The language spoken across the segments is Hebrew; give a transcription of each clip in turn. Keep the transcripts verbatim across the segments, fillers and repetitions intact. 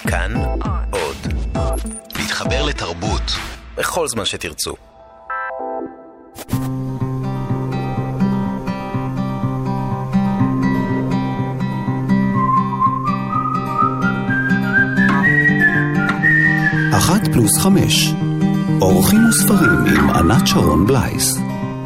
כאן עוד. להתחבר לתרבות בכל זמן שתרצו. אחת פלוס חמש. אורחים וספרים עם ענת שרון בלייס.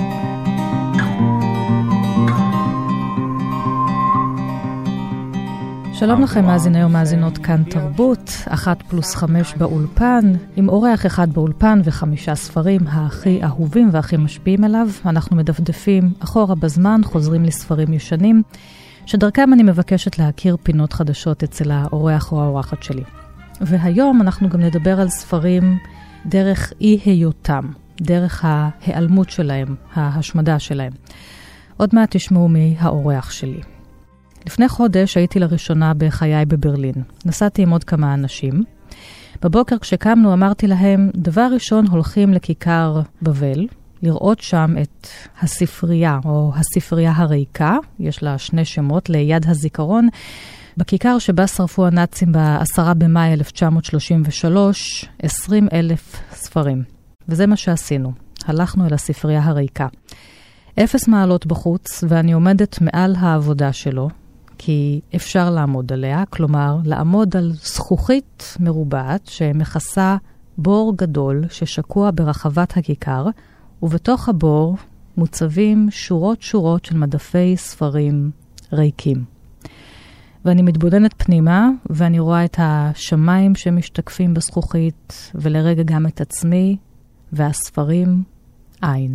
שלום לכם מאזיני ומאזינות כאן תרבות, אחת פלוס חמש באולפן, עם אורח אחד באולפן וחמישה ספרים הכי אהובים והכי משפיעים עליו. אנחנו מדפדפים אחורה בזמן, חוזרים לספרים ישנים, שדרכם אני מבקשת להכיר פינות חדשות אצל האורח או האורחת שלי. והיום אנחנו גם נדבר על ספרים דרך אי היותם, דרך ההיעלמות שלהם, ההשמדה שלהם. עוד מעט תשמעו מהאורח שלי. לפני חודש הייתי לראשונה בחיי בברלין. נסעתי עם עוד כמה אנשים. בבוקר כשקמנו אמרתי להם, דבר ראשון הולכים לכיכר בבל, לראות שם את הספרייה או הספרייה הריקה, יש לה שני שמות, ליד הזיכרון, בכיכר שבה שרפו הנאצים ב-עשרה במאי אלף תשע מאות שלושים ושלוש, עשרים אלף ספרים. וזה מה שעשינו. הלכנו אל הספרייה הריקה. אפס מעלות בחוץ, ואני עומדת מעל העבודה שלו, כי אפשר לעמוד עליה, כלומר, לעמוד על זכוכית מרובעת שמכסה בור גדול ששקוע ברחבת הכיכר, ובתוך הבור מוצבים שורות שורות של מדפי ספרים ריקים. ואני מתבוננת פנימה, ואני רואה את השמיים שמשתקפים בזכוכית, ולרגע גם את עצמי, והספרים אין.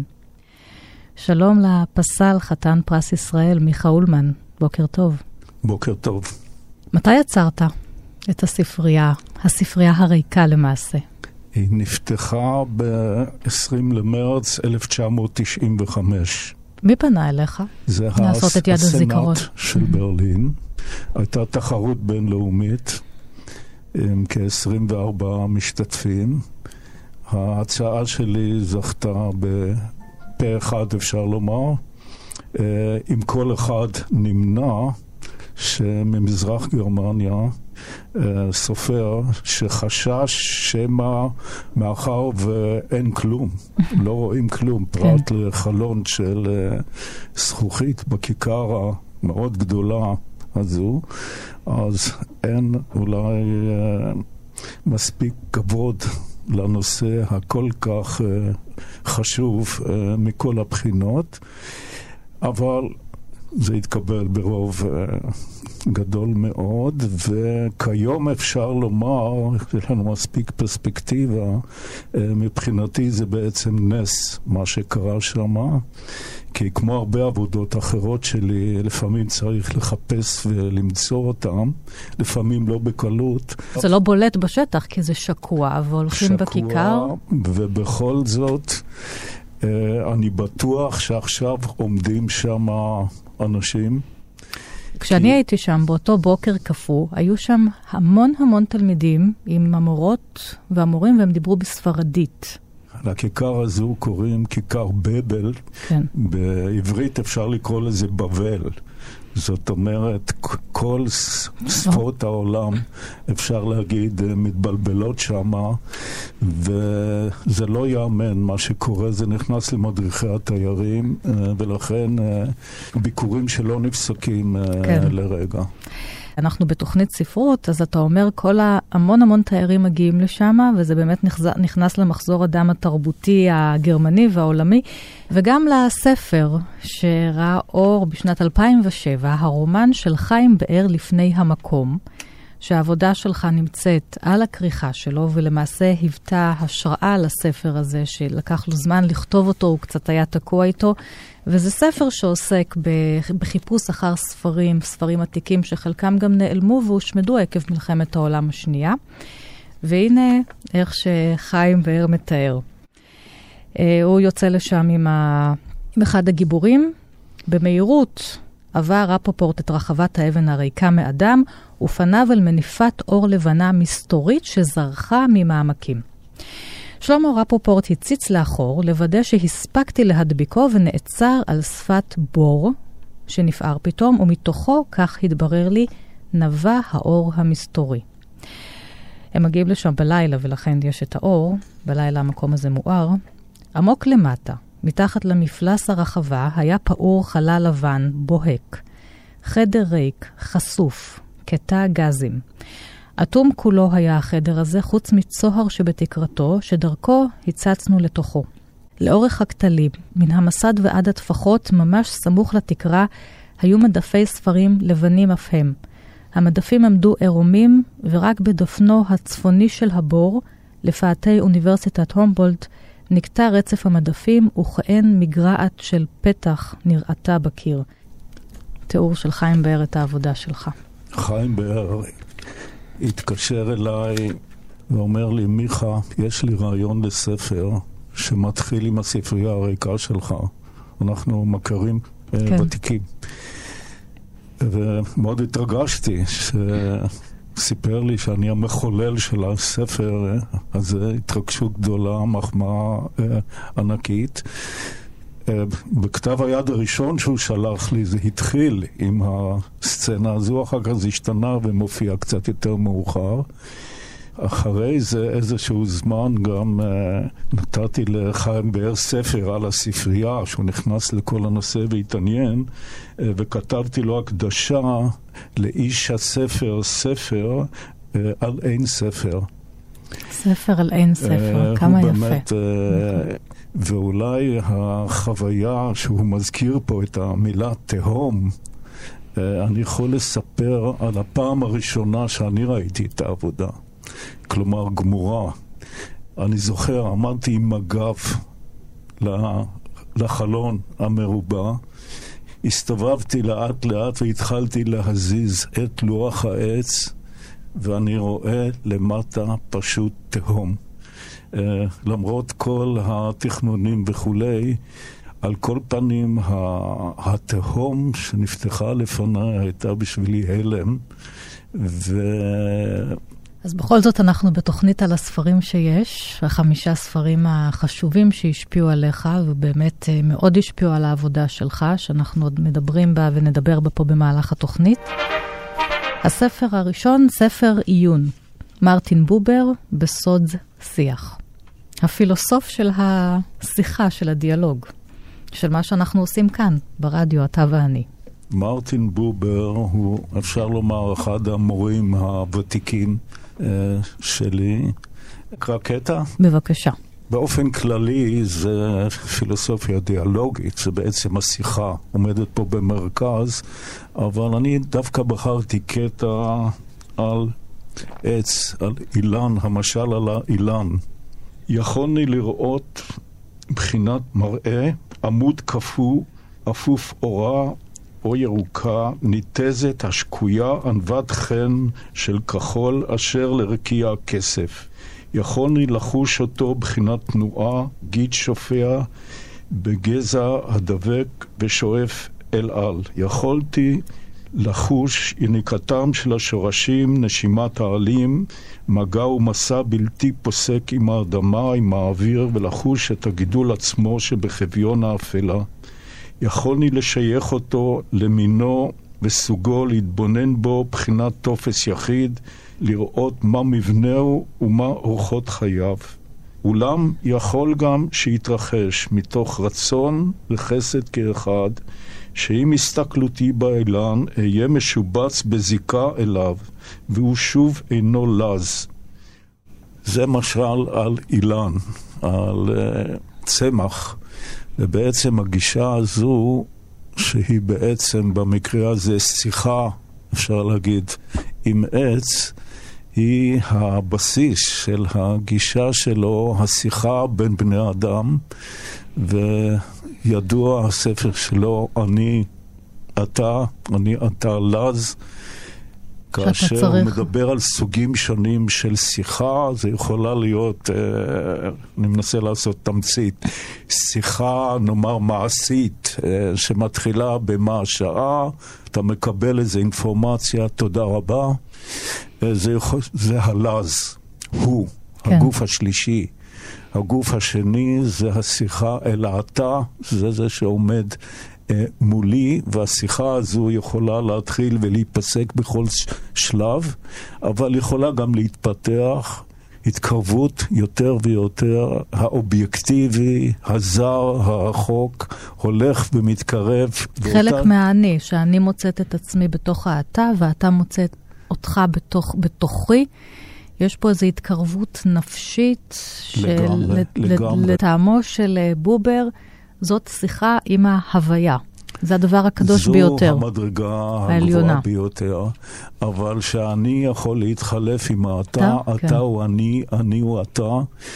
שלום לפסל חתן פרס ישראל, מיכה אולמן. בוקר טוב. בוקר טוב. מתי יצרת את הספרייה, הספרייה הריקה למעשה? היא נפתחה ב-עשרים למרץ אלף תשע מאות תשעים וחמש. מי פנה אליך? זה הסנאט של ברלין. הייתה תחרות בינלאומית עם כ-עשרים וארבעה משתתפים. ההצעה שלי זכתה בפה אחד, אפשר לומר, עם כל אחד נמנע שממזרח גרמניה סופר שחשש שמה מאחר ואין כלום, לא רואים כלום, פרט לחלון של זכוכית בכיכר המאוד גדולה הזו, אז אין אולי מספיק כבוד לנושא הכל כך חשוב מכל הבחינות, אבל זה התקבל ברוב uh, גדול מאוד, וכיום אפשר לומר, יש לנו מספיק פרספקטיבה, uh, מבחינתי זה בעצם נס מה שקרה שם, כי כמו הרבה עבודות אחרות שלי, לפעמים צריך לחפש ולמצוא אותם, לפעמים לא בקלות. זה לא בולט בשטח, כי זה שקוע, והולכים שקוע, בכיכר. ובכל זאת, Uh, אני בטוח שעכשיו עומדים שם אנשים. כשאני כי... הייתי שם באותו בוקר קפוא, היו שם המון המון תלמידים עם המורות והמורים, והם דיברו בספרדית. לכיכר הזו קוראים כיכר בבל. כן. בעברית אפשר לקרוא לזה בבל. זאת אומרת, כל שפות העולם, אפשר להגיד, מתבלבלות שם, וזה לא יאמן מה שקורה, זה נכנס למדריכי התיירים, ולכן ביקורים שלא נפסקים כן. לרגע. אנחנו בתוכנית ספרות, אז אתה אומר, כל המון המון תיירים מגיעים לשם, וזה באמת נכנס למחזור הדם התרבותי הגרמני והעולמי, וגם לספר שראה אור בשנת אלפיים ושבע, הרומן של חיים באר לפני המקום, שהעבודה שלך נמצאת על הכריכה שלו, ולמעשה היוותה השראה לספר הזה, שלקח לו זמן לכתוב אותו, הוא קצת היה תקוע איתו, וזה ספר שעוסק בחיפוש אחר ספרים, ספרים עתיקים שחלקם גם נעלמו והושמדו עקב מלחמת העולם השנייה. והנה איך שחיים באר מתאר. הוא יוצא לשם עם, ה... עם אחד הגיבורים. במהירות עבר רפופורט את רחבת האבן הריקה מאדם, ופניו אל מניפת אור לבנה מסתורית שזרחה ממעמקים. שלמה רפופורט הציץ לאחור, לוודא שהספקתי להדביקו ונעצר על שפת בור שנפער פתאום, ומתוכו, כך התברר לי, נבע האור המסתורי. הם מגיעים לשם בלילה, ולכן יש את האור. בלילה המקום הזה מואר. עמוק למטה, מתחת למפלס הרחבה, היה פעור חלל לבן, בוהק. חדר ריק, חשוף, קטע גזים. אטום כולו היה החדר הזה, חוץ מצוהר שבתקרתו, שדרכו הצצנו לתוכו. לאורך הכתלים, מן המסד ועד הטפחות, ממש סמוך לתקרה, היו מדפי ספרים לבנים אף הם. המדפים עמדו עירומים, ורק בדופנו הצפוני של הבור, לפאתי אוניברסיטת הומבולדט, נקטע רצף המדפים, וכאין מגרעת של פתח נראתה בקיר. תיאור של חיים באר את העבודה שלך. חיים באר התקשר אליי ואומר לי, מיכה, יש לי רעיון לספר שמתחיל עם הספרייה הריקה שלך. אנחנו מכרים כן. ותיקים. ומאוד התרגשתי שסיפר לי שאני המחולל של הספר, אז זו התרגשות גדולה, מחמאה ענקית. בכתב היד הראשון שהוא שלח לי, זה התחיל עם הסצנה הזו, אחר כך זה השתנה ומופיע קצת יותר מאוחר. אחרי זה איזשהו זמן גם uh, נתתי לחיים באר ספר על הספרייה, שהוא נכנס לכל הנושא והתעניין, uh, וכתבתי לו הקדשה לאיש הספר, ספר uh, על אין ספר. ספר על אין ספר, uh, כמה יפה. באמת, uh, ואולי החוויה שהוא מזכיר פה את המילה תהום, uh, אני יכול לספר על הפעם הראשונה שאני ראיתי את העבודה. כלומר גמורה. אני זוכר, עמדתי עם מגב לחלון המרובע, הסתובבתי לאט לאט והתחלתי להזיז את לוח העץ, ואני רואה למטה פשוט תהום. למרות כל התכנונים וכולי, על כל פנים התהום שנפתחה לפני הייתה בשבילי הלם, ו... אז בכל זאת אנחנו בתוכנית על הספרים שיש, החמישה ספרים החשובים שהשפיעו עליך, ובאמת מאוד השפיעו על העבודה שלך, שאנחנו עוד מדברים בה ונדבר בה פה במהלך התוכנית. הספר הראשון, ספר עיון, מרטין בובר, בסוד שיח. הפילוסוף של השיחה, של הדיאלוג, של מה שאנחנו עושים כאן, ברדיו, אתה ואני. מרטין בובר הוא, אפשר לומר, אחד המורים הוותיקים uh, שלי. קרא קטע? בבקשה. באופן כללי זה פילוסופיה דיאלוגית, זה בעצם השיחה עומדת פה במרכז, אבל אני דווקא בחרתי קטע על עץ, על אילן, המשל על האילן. יכולני לראות מבחינת מראה עמוד כפו, אפוף אורה, או ירוקה, ניתזת השקויה ענבת חן של כחול אשר לרקיע כסף. יכולני לחוש אותו בחינת תנועה, גיד שופע, בגזע הדבק ושואף אל על. יכולתי לחוש יניקתם של השורשים, נשימת העלים, מגע ומסע בלתי פוסק עם האדמה, עם האוויר, ולחוש את הגידול עצמו שבחביון האפלה. יכולני לשייך אותו למינו וסוגו, להתבונן בו בחינת תופס יחיד, לראות מה מבנהו ומה אורחות חייו. אולם יכול גם שיתרחש מתוך רצון וחסד כאחד, שעם הסתכלותי באילן אהיה משובץ בזיקה אליו, והוא שוב אינו לז. זה משל על אילן, על uh, צמח. ובעצם הגישה הזו, שהיא בעצם במקרה הזה שיחה, אפשר להגיד, עם עץ, היא הבסיס של הגישה שלו, השיחה בין בני אדם, וידוע הספר שלו, אני, אתה, אני, אתה, לז, כאשר הוא מדבר על סוגים שונים של שיחה, זה יכולה להיות, אה, אני מנסה לעשות תמצית, שיחה נאמר מעשית, אה, שמתחילה במה השעה, אתה מקבל איזו אינפורמציה, תודה רבה, אה, זה, יכול, זה הלז, הוא, כן. הגוף השלישי. הגוף השני זה השיחה אל העתה, זה זה שעומד מולי, והשיחה הזו יכולה להתחיל ולהיפסק בכל שלב, אבל יכולה גם להתפתח התקרבות יותר ויותר, האובייקטיבי, הזר, הרחוק, הולך ומתקרב. חלק ואותה... מהאני, שאני מוצאת את עצמי בתוך האתה, ואתה מוצאת אותך בתוך, בתוכי, יש פה איזו התקרבות נפשית, לגמרי, של, לגמרי. לטעמו של בובר, זאת שיחה עם ההוויה. זה הדבר הקדוש זו ביותר. זו המדרגה הגבוהה ביותר, אבל שאני יכול להתחלף עם האתה, אתה כן. הוא אני, אני הוא אתה,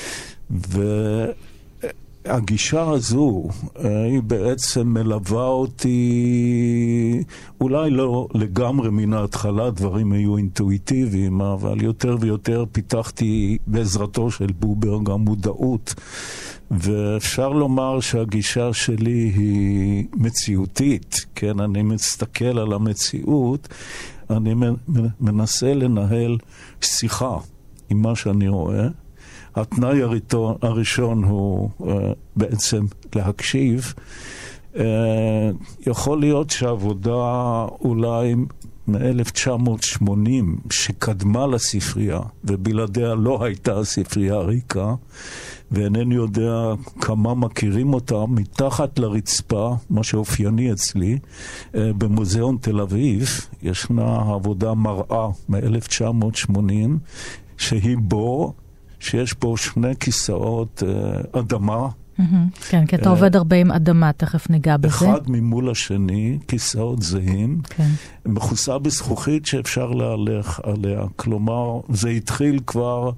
והגישה הזו היא בעצם מלווה אותי, אולי לא לגמרי מן ההתחלה, דברים היו אינטואיטיביים, אבל יותר ויותר פיתחתי בעזרתו של בובר גם מודעות, ואפשר לומר שהגישה שלי היא מציאותית, כן, אני מסתכל על המציאות, אני מנסה לנהל שיחה עם מה שאני רואה. התנאי הראשון הוא uh, בעצם להקשיב. Uh, יכול להיות שהעבודה אולי מ-אלף תשע מאות שמונים שקדמה לספרייה, ובלעדיה לא הייתה הספרייה ריקה, ואינני יודע כמה מכירים אותה, מתחת לרצפה, מה שאופייני אצלי, במוזיאון תל אביב, ישנה עבודה מראה מ-אלף תשע מאות שמונים, שהיא בור, שיש בו שני כיסאות אדמה. כן, כי אתה עובד הרבה עם אדמה, תכף ניגע בזה. אחד ממול השני, כיסאות זהים, מכוסה בזכוכית שאפשר להלך עליה. כלומר, זה התחיל כבר...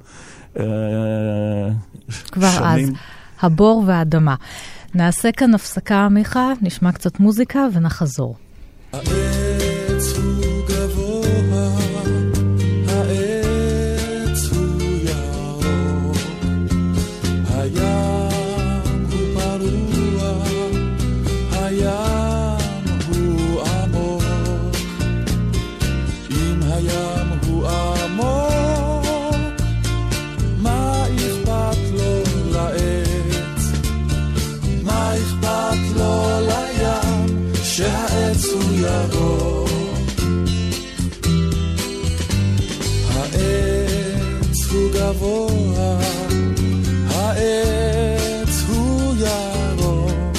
כבר אז, הבור והאדמה. נעשה כאן הפסקה, מיכה, נשמע קצת מוזיקה ונחזור. העץ הוא גבוה, העץ הוא ירוק, הים הוא פרוע, הים הוא עמוק, אם הים הוא עמוק, לא לים שהעץ הוא ירוק, העץ הוא גבוה, העץ הוא ירוק,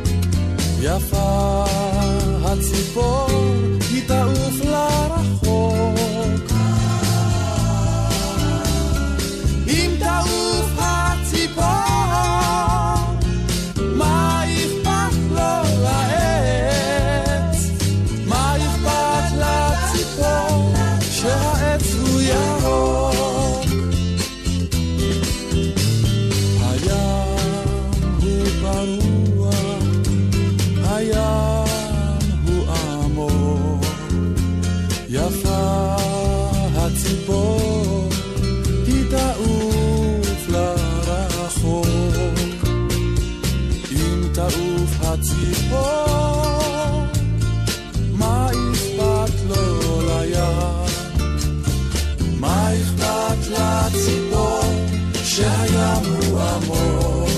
יפה הציפור היא תעוף לרחוק, אם תעוף הציפור הציפור היא תעוף לרחוק, אם תעוף הציפור מה אכפת לו לים, מה אכפת לציפור שהים הוא עמוק.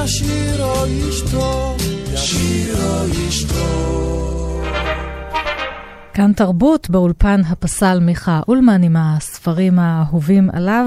ישירו אשתו, ישירו אשתו. כאן תרבות, באולפן הפסל מיכה אולמן עם הספרים האהובים עליו,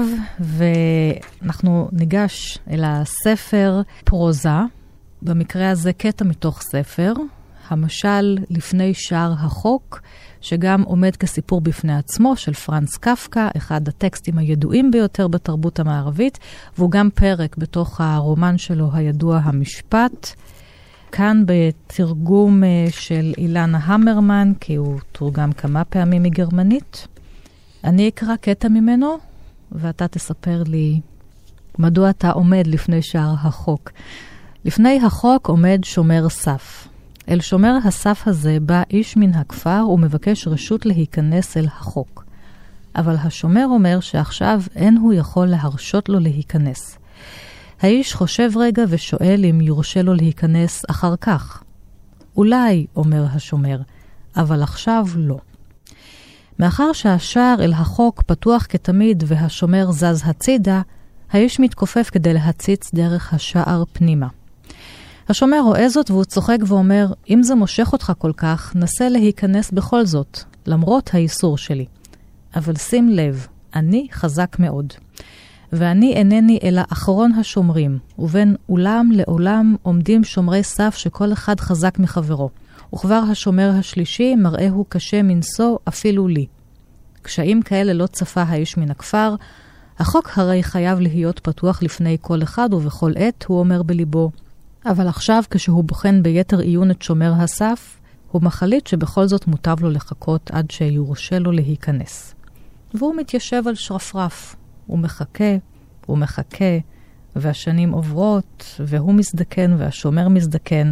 ואנחנו ניגש אל הספר פרוזה, במקרה הזה קטע מתוך ספר, המשל לפני שער החוק, שגם עומד כסיפור בפני עצמו של פרנץ קפקא, אחד הטקסטים הידועים ביותר בתרבות המערבית, והוא גם פרק בתוך הרומן שלו הידוע המשפט, כאן בתרגום של אילנה המרמן, כי הוא תורגם כמה פעמים מגרמנית. אני אקרא קטע ממנו, ואתה תספר לי מדוע אתה עומד לפני שער החוק. לפני החוק עומד שומר סף. אל שומר הסף הזה בא איש מן הכפר ומבקש רשות להיכנס אל החוק. אבל השומר אומר שעכשיו אין הוא יכול להרשות לו להיכנס. האיש חושב רגע ושואל אם יורשה לו להיכנס אחר כך. אולי, אומר השומר, אבל עכשיו לא. מאחר שהשער אל החוק פתוח כתמיד והשומר זז הצידה, האיש מתכופף כדי להציץ דרך השער פנימה. השומר רואה זאת והוא צוחק ואומר, אם זה מושך אותך כל כך, נסה להיכנס בכל זאת, למרות האיסור שלי. אבל שים לב, אני חזק מאוד. ואני אינני אלא אחרון השומרים, ובין אולם לעולם עומדים שומרי סף שכל אחד חזק מחברו. וכבר השומר השלישי מראהו קשה מנסו אפילו לי. קשיים כאלה לא צפה האיש מן הכפר, החוק הרי חייב להיות פתוח לפני כל אחד ובכל עת, הוא אומר בליבו. אבל עכשיו כשהוא בוחן ביתר עיון את שומר הסף, הוא מחליט שבכל זאת מוטב לו לחכות עד שיורשה לו להיכנס. והוא מתיישב על שרפרף. הוא מחכה, הוא מחכה, והשנים עוברות, והוא מזדקן, והשומר מזדקן.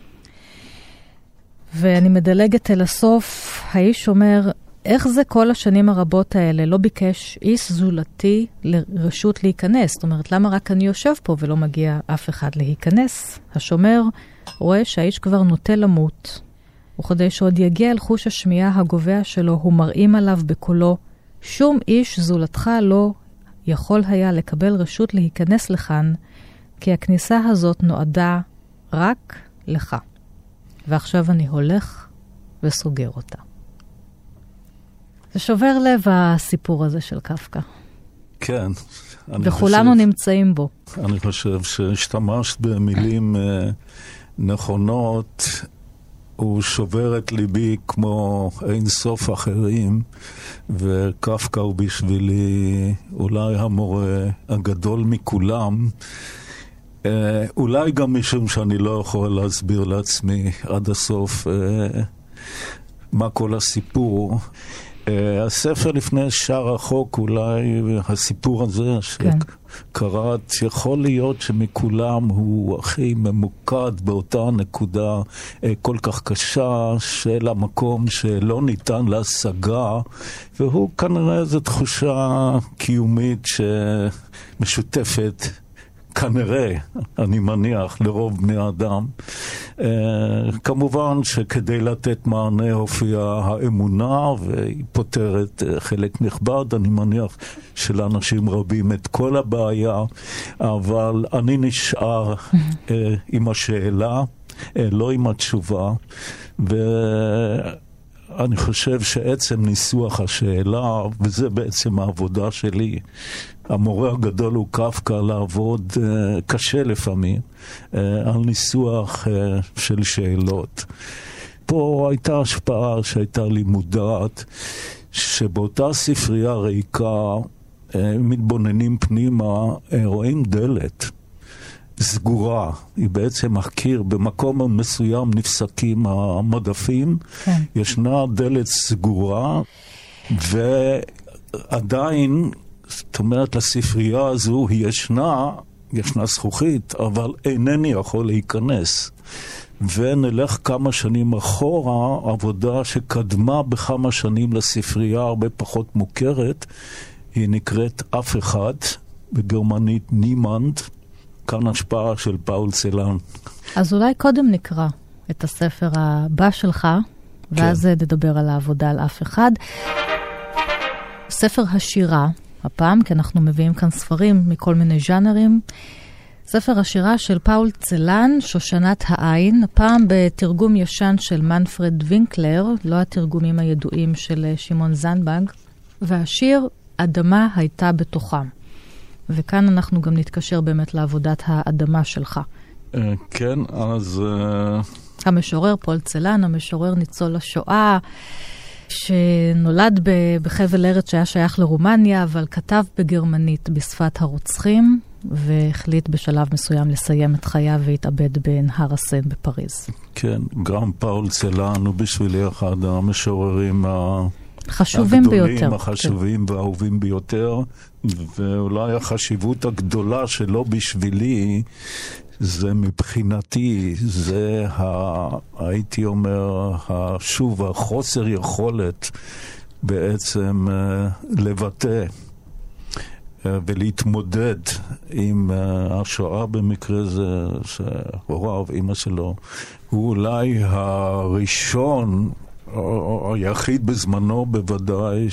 ואני מדלגת אל הסוף, האיש אומר, איך זה כל השנים הרבות האלה לא ביקש איש זולתי לרשות להיכנס? זאת אומרת, למה רק אני יושב פה ולא מגיע אף אחד להיכנס? השומר רואה שהאיש כבר נוטה למות, וכדי שעוד יגיע אל חוש השמיעה הגובע שלו, הוא מראים עליו בקולו, שום איש זולתך לא יכול היה לקבל רשות להיכנס לכאן, כי הכניסה הזאת נועדה רק לך. ועכשיו אני הולך וסוגר אותה. זה שובר לב הסיפור הזה של קפקא. כן. וכולנו חושב, נמצאים בו. אני חושב שהשתמשת במילים נכונות, הוא שובר את ליבי כמו אין סוף אחרים, וקפקא הוא בשבילי אולי המורה הגדול מכולם, אולי גם משום שאני לא יכול להסביר לעצמי עד הסוף מה כל הסיפור. הספר לפני שער החוק, אולי הסיפור הזה שקראת, יכול להיות שמכולם הוא הכי ממוקד באותה נקודה כל כך קשה של המקום שלא ניתן להשגה, והוא כנראה איזו תחושה קיומית שמשותפת כנראה, אני מניח, לרוב בני האדם. Uh, כמובן שכדי לתת מענה הופיעה האמונה, והיא פותרת uh, חלק נכבד, אני מניח שלאנשים רבים את כל הבעיה, אבל אני נשאר uh, עם השאלה, uh, לא עם התשובה, ו... אני חושב שעצם ניסוח השאלה, וזה בעצם העבודה שלי, המורה הגדול הוא קפקא, לעבוד uh, קשה לפעמים, uh, על ניסוח uh, של שאלות. פה הייתה השפעה שהייתה לי מודעת, שבאותה ספרייה ריקה, uh, מתבוננים פנימה, uh, רואים דלת. סגורה, היא בעצם הקיר, במקום מסוים נפסקים המדפים, כן. ישנה דלת סגורה, ועדיין, זאת אומרת, לספרייה הזו היא ישנה, ישנה זכוכית, אבל אינני יכול להיכנס. ונלך כמה שנים אחורה, עבודה שקדמה בכמה שנים לספרייה, הרבה פחות מוכרת, היא נקראת אף אחד, בגרמנית נימנד, כאן השפעה של פאול צלן. אז אולי קודם נקרא את הספר הבא שלך, ואז כן. נדבר על העבודה על אף אחד. ספר השירה, הפעם, כי אנחנו מביאים כאן ספרים מכל מיני ז'אנרים. ספר השירה של פאול צלן, שושנת העין, הפעם בתרגום ישן של מנפרד וינקלר, לא התרגומים הידועים של שמעון זנבג, והשיר אדמה הייתה בתוכם. וכאן אנחנו גם נתקשר באמת לעבודת האדמה שלך. כן, אז... המשורר פאול צלן, המשורר ניצול השואה, שנולד בחבל ארץ שהיה שייך לרומניה, אבל כתב בגרמנית בשפת הרוצחים, והחליט בשלב מסוים לסיים את חייו והתאבד בנהר הסן בפריז. כן, גם פאול צלן הוא בשבילי אחד המשוררים החשובים ביותר. החשובים כן. והאהובים ביותר, ואולי החשיבות הגדולה שלו בשבילי, זה מבחינתי, זה ה, הייתי אומר, שוב, החוסר יכולת בעצם לבטא ולהתמודד עם השואה במקרה זה, שהוריו, אמא שלו, הוא אולי הראשון, או היחיד בזמנו בוודאי,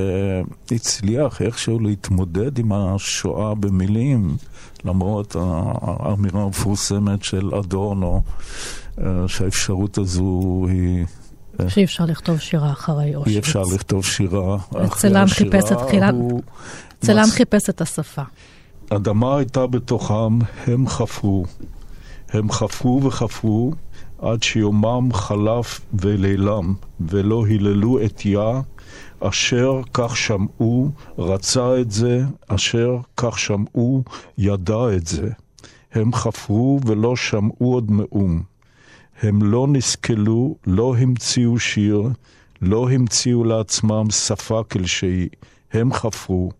שהצליח איכשהו להתמודד עם השואה במילים, למרות האמירה המפורסמת של אדורנו, שהאפשרות הזו היא... שאי אפשר לכתוב שירה אחרי אושוויץ. אי אפשר לכתוב שירה אחרי צלם השירה. חיפש את תחילה, צלם מס... חיפש את השפה. אדמה הייתה בתוכם, הם חפרו. הם חפרו וחפרו עד שיומם חלף ולילם, ולא היללו את יה, אשר כך שמעו, רצה את זה, אשר כך שמעו, ידע את זה. הם חפרו ולא שמעו עוד מאום. הם לא נסכלו, לא המציאו שיר, לא המציאו לעצמם שפה כלשהי. הם חפרו.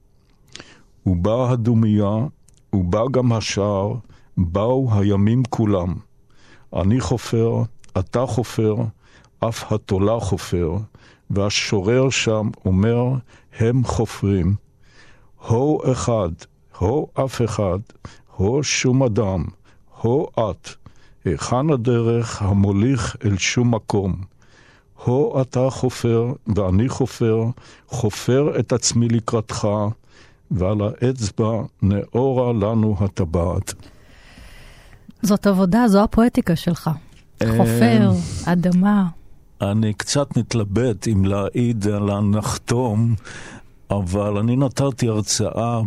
ובא הדומיה, ובא גם השער, באו הימים כולם. אני חופר, אתה חופר, אף התולה חופר, והשורר שם אומר, הם חופרים. הו אחד, הו אף אחד, הו שום אדם, הו את, היכן הדרך המוליך אל שום מקום. הו אתה חופר, ואני חופר, חופר את עצמי לקראתך, ועל האצבע נאורה לנו הטבעת. זאת עבודה, זו הפואטיקה שלך. חופר, אדמה. אני קצת מתלבט אם להעיד על הנחתום, אבל אני נתתי הרצאה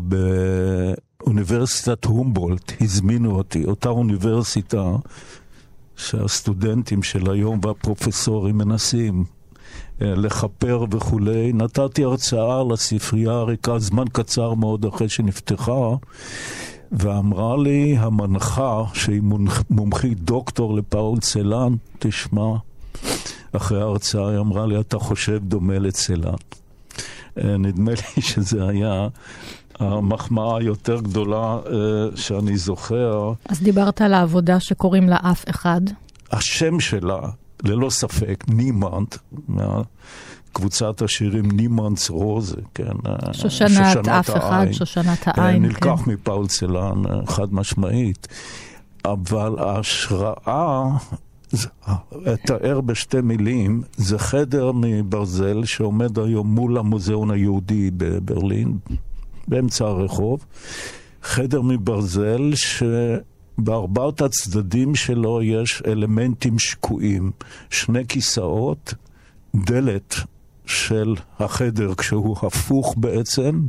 באוניברסיטת הומבולט, הזמינו אותי, אותה אוניברסיטה שהסטודנטים של היום והפרופסורים מנסים לחפר וכולי. נתתי הרצאה לספרייה הריקה, זמן קצר מאוד אחרי שנפתחה, ואמרה לי המנחה, שהיא מומחית דוקטור לפאול צלן, תשמע, אחרי ההרצאה היא אמרה לי, אתה חושב דומה לצלן. נדמה לי שזה היה המחמאה היותר גדולה שאני זוכר. אז דיברת על העבודה שקוראים לה אף אחד. השם שלה, ללא ספק, נימנט, קבוצת השירים נימנטס רוזה, כן. שושנת, שושנת אף אחד, שושנת העין. נלקח כן. מפאול צלן, חד משמעית. אבל ההשראה, אתאר בשתי מילים, זה חדר מברזל שעומד היום מול המוזיאון היהודי בברלין, באמצע הרחוב. חדר מברזל שבארבעת הצדדים שלו יש אלמנטים שקועים. שני כיסאות, דלת של החדר כשהוא הפוך בעצם,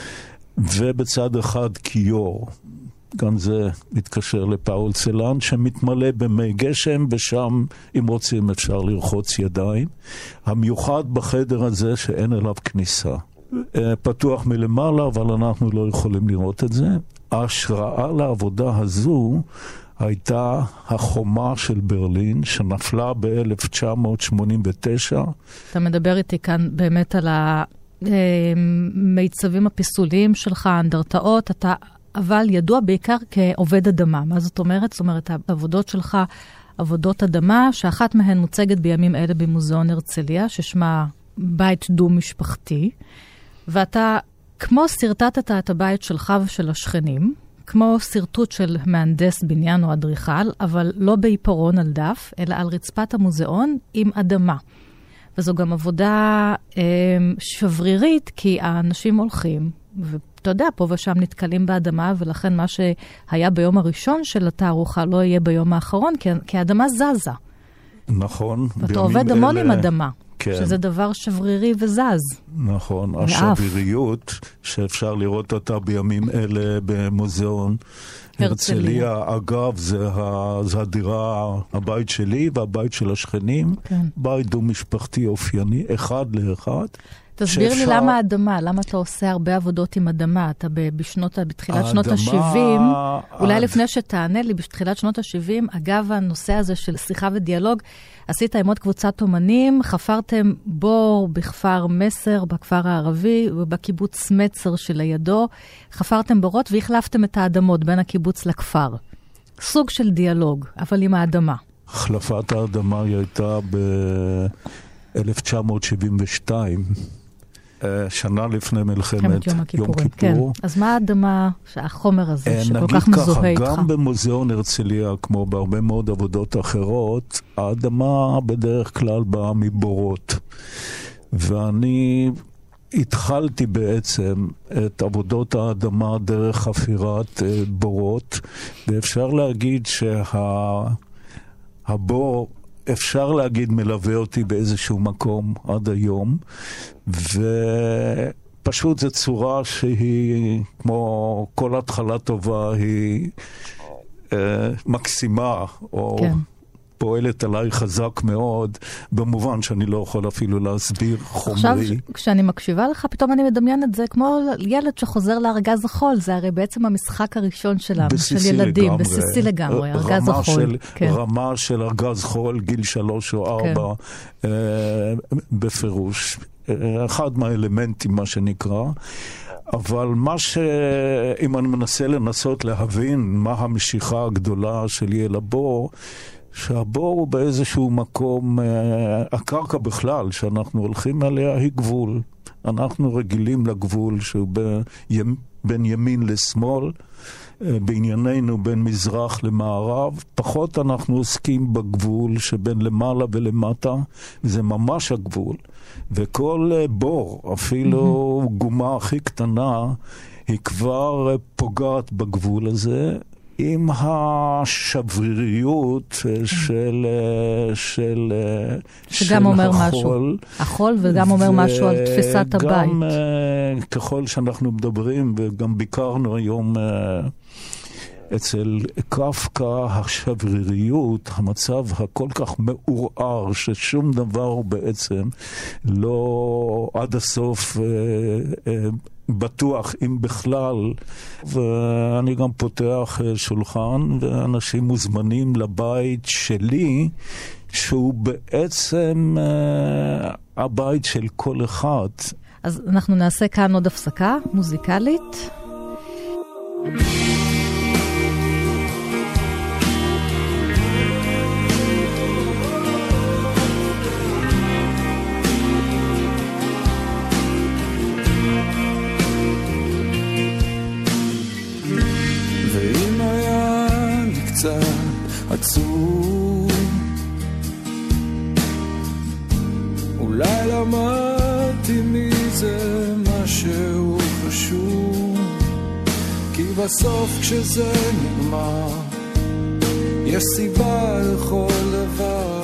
ובצד אחד כיור. גם זה מתקשר לפאול צלן, שמתמלא במי גשם, ושם, אם רוצים, אפשר לרחוץ ידיים. המיוחד בחדר הזה שאין אליו כניסה. פתוח מלמעלה, אבל אנחנו לא יכולים לראות את זה. ההשראה לעבודה הזו הייתה החומה של ברלין, שנפלה ב-אלף תשע מאות שמונים ותשע. אתה מדבר איתי כאן באמת על המיצבים הפיסוליים שלך, האנדרטאות, אתה אבל ידוע בעיקר כעובד אדמה. מה זאת אומרת? זאת אומרת, העבודות שלך, עבודות אדמה, שאחת מהן מוצגת בימים אלה במוזיאון הרצליה, ששמה בית דו-משפחתי, ואתה כמו סרטטת את הבית שלך ושל השכנים, כמו סרטוט של מהנדס בניין או אדריכל, אבל לא בעיפרון על דף, אלא על רצפת המוזיאון עם אדמה. וזו גם עבודה אה, שברירית, כי האנשים הולכים, אתה יודע, פה ושם נתקלים באדמה, ולכן מה שהיה ביום הראשון של התערוכה לא יהיה ביום האחרון, כי, כי האדמה זזה. נכון. ואתה עובד המון עם אדמה. כן. שזה דבר שברירי וזז. נכון, השבריריות שאפשר לראות אותה בימים אלה במוזיאון הרצליה. אגב, זה, ה, זה הדירה, הבית שלי והבית של השכנים, כן. בית דו משפחתי אופייני, אחד לאחד. תסביר שאפשר... לי למה האדמה, למה אתה עושה הרבה עבודות עם אדמה, אתה בשנות, בתחילת האדמה... שנות ה-שבעים, אולי עד... לפני שתענה לי, בתחילת שנות ה-שבעים, אגב הנושא הזה של שיחה ודיאלוג, עשית עם עוד קבוצת אומנים, חפרתם בור בכפר מסר, בכפר הערבי, ובקיבוץ מצר שלידו, חפרתם בורות והחלפתם את האדמות בין הקיבוץ לכפר. סוג של דיאלוג, אבל עם האדמה. החלפת האדמה היא הייתה ב-אלף תשע מאות שבעים ושתיים, שנה לפני מלחמת יום הכיפור. כן. אז מה האדמה, החומר הזה, שכל כך מזוהה איתך? גם במוזיאון הרצליה, כמו בהרבה מאוד עבודות אחרות, האדמה בדרך כלל באה מבורות. ואני התחלתי בעצם את עבודות האדמה דרך חפירת בורות, ואפשר להגיד שהבור, אפשר להגיד מלווה אותי באיזשהו מקום עד היום, ופשוט זו צורה שהיא, כמו כל התחלה טובה, היא אה, מקסימה, או כן. פועלת עליי חזק מאוד, במובן שאני לא יכול אפילו להסביר חומרי. עכשיו, כשאני מקשיבה לך, פתאום אני מדמיין את זה כמו ילד שחוזר לארגז החול, זה הרי בעצם המשחק הראשון שלנו, של ילדים, לגמרי. בסיסי לגמרי, ארגז החול. של, כן. רמה של ארגז חול, גיל שלוש או ארבע, כן. אה, בפירוש. אחד מהאלמנטים, מה שנקרא. אבל מה ש... אם אני מנסה לנסות להבין מה המשיכה הגדולה שלי אל הבור, שהבור הוא באיזשהו מקום, הקרקע בכלל שאנחנו הולכים עליה היא גבול. אנחנו רגילים לגבול שהוא בין, בין ימין לשמאל, בענייננו בין מזרח למערב. פחות אנחנו עוסקים בגבול שבין למעלה ולמטה, זה ממש הגבול. וכל בור, אפילו mm-hmm. גומה הכי קטנה, היא כבר פוגעת בגבול הזה, עם השבריריות של, של, שגם של אומר החול. משהו. החול וגם אומר משהו על תפיסת הבית. וגם ככל שאנחנו מדברים, וגם ביקרנו היום אצל קפקא, השבריריות, המצב הכל כך מעורער, ששום דבר בעצם לא עד הסוף בטוח, אם בכלל. ואני גם פותח שולחן, ואנשים מוזמנים לבית שלי, שהוא בעצם הבית של כל אחד. אז אנחנו נעשה כאן עוד הפסקה מוזיקלית. עצוב, אולי למדתי מזה משהו חשוב, כי בסוף כשזה נגמר יש סיבה לכל דבר.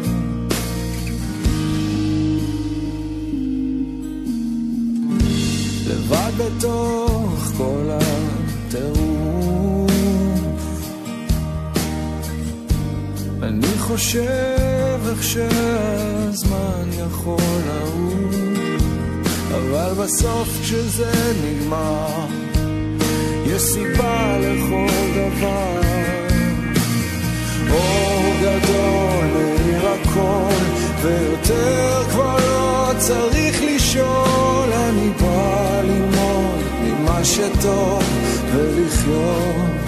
לבד בתוך כל הטירוף, אני חושב איך שהזמן יכול לעוף, אבל בסוף כשזה נגמר יש סיבה לכל דבר. אור גדול מאיר הכל, ויותר כבר לא צריך לשאול. אני בא ללמוד ממה שטוב ולחיות,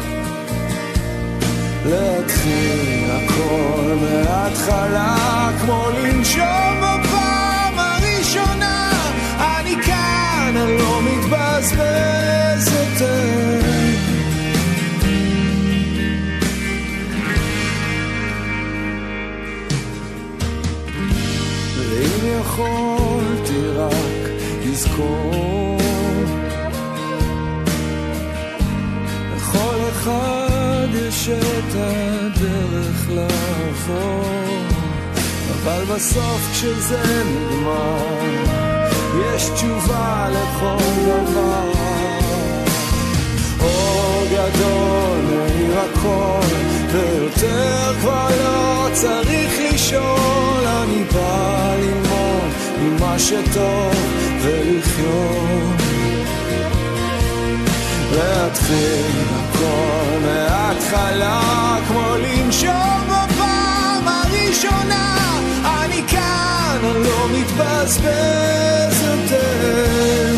להתחיל הכל מההתחלה, כמו לנשום בפעם הראשונה. אני כאן, אני לא מתבזבז יותר. ואם יכולתי רק לזכור יש את הדרך לעבור, אבל בסוף כשזה נגמר יש תשובה לכל דבר. אור גדול מאיר הכל, ויותר כבר לא צריך לשאול. אני בא ללמוד ממה שטוב ולחיות, להתחיל הכל מההתחלה, כמו לנשום בפעם הראשונה. אני כאן, אני לא מתבזבז יותר,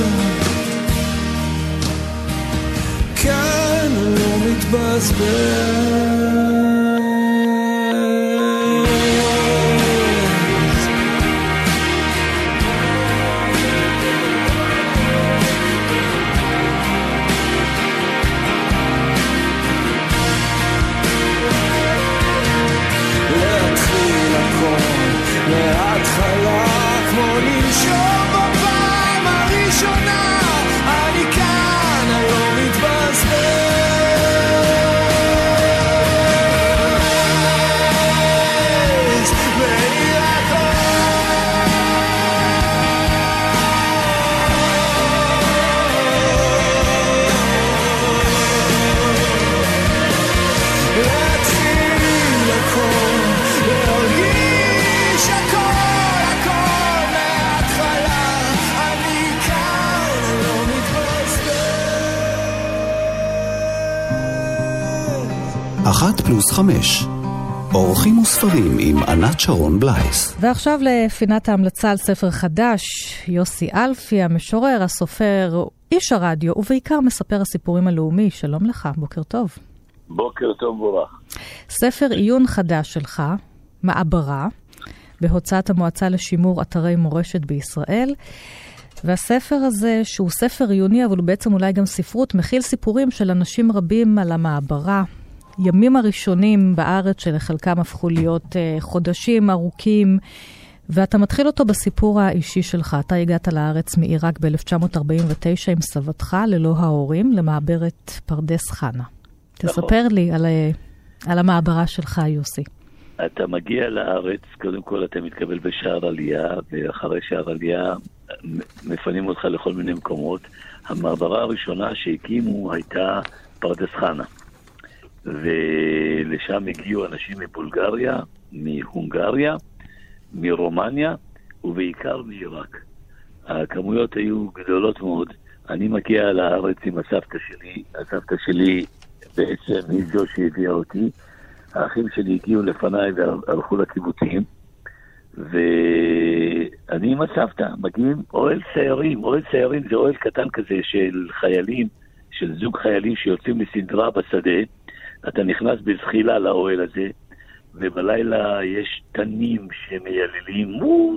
כאן אני לא מתבזבז. להתחלה, כמו לנשום בפעם הראשונה. אני כאן, אני לא מתבזבז. מאיר הכל, להתחיל הכל, להרגיש הכל, הכל מההתחלה. אני כאן, לא מתבזבז. אחת פלוס חמש, אורחים וספרים עם ענת שרון בלייס. ועכשיו לפינת ההמלצה על ספר חדש. יוסי אלפי, המשורר, הסופר, איש הרדיו, ובעיקר מספר הסיפורים הלאומי. שלום לך, בוקר טוב. בוקר טוב בורך. ספר עיון חדש שלך, מעברה, בהוצאת המועצה לשימור אתרי מורשת בישראל. והספר הזה, שהוא ספר עיוני, אבל הוא בעצם אולי גם ספרות, מכיל סיפורים של אנשים רבים על המעברה. ימים הראשונים בארץ שלחלקם הפכו להיות uh, חודשים ארוכים, ואתה מתחיל אותו בסיפור האישי שלך. אתה הגעת לארץ מעיראק ב-אלף תשע מאות ארבעים ותשע עם סבתך ללא ההורים, למעברת פרדס חנה. תספר לי על, על המעברה שלך, יוסי. אתה מגיע לארץ, קודם כל אתה מתקבל בשער עלייה, ואחרי שער עלייה מפנים אותך לכל מיני מקומות. המעברה הראשונה שהקימו הייתה פרדס חנה, ולשם הגיעו אנשים מבולגריה, מהונגריה, מרומניה, ובעיקר מעיראק. הכמויות היו גדולות מאוד. אני מגיע לארץ עם הסבתא שלי, הסבתא שלי בעצם היא זו שהביאה אותי. האחים שלי הגיעו לפניי והלכו לקיבוצים, ואני עם הסבתא, מגיעים אוהל סיירים. אוהל סיירים זה אוהל קטן כזה של חיילים, של זוג חיילים שיוצאים לסדרה בשדה. אתה נכנס בזחילה לאוהל הזה, ובלילה יש תנים שמייללים,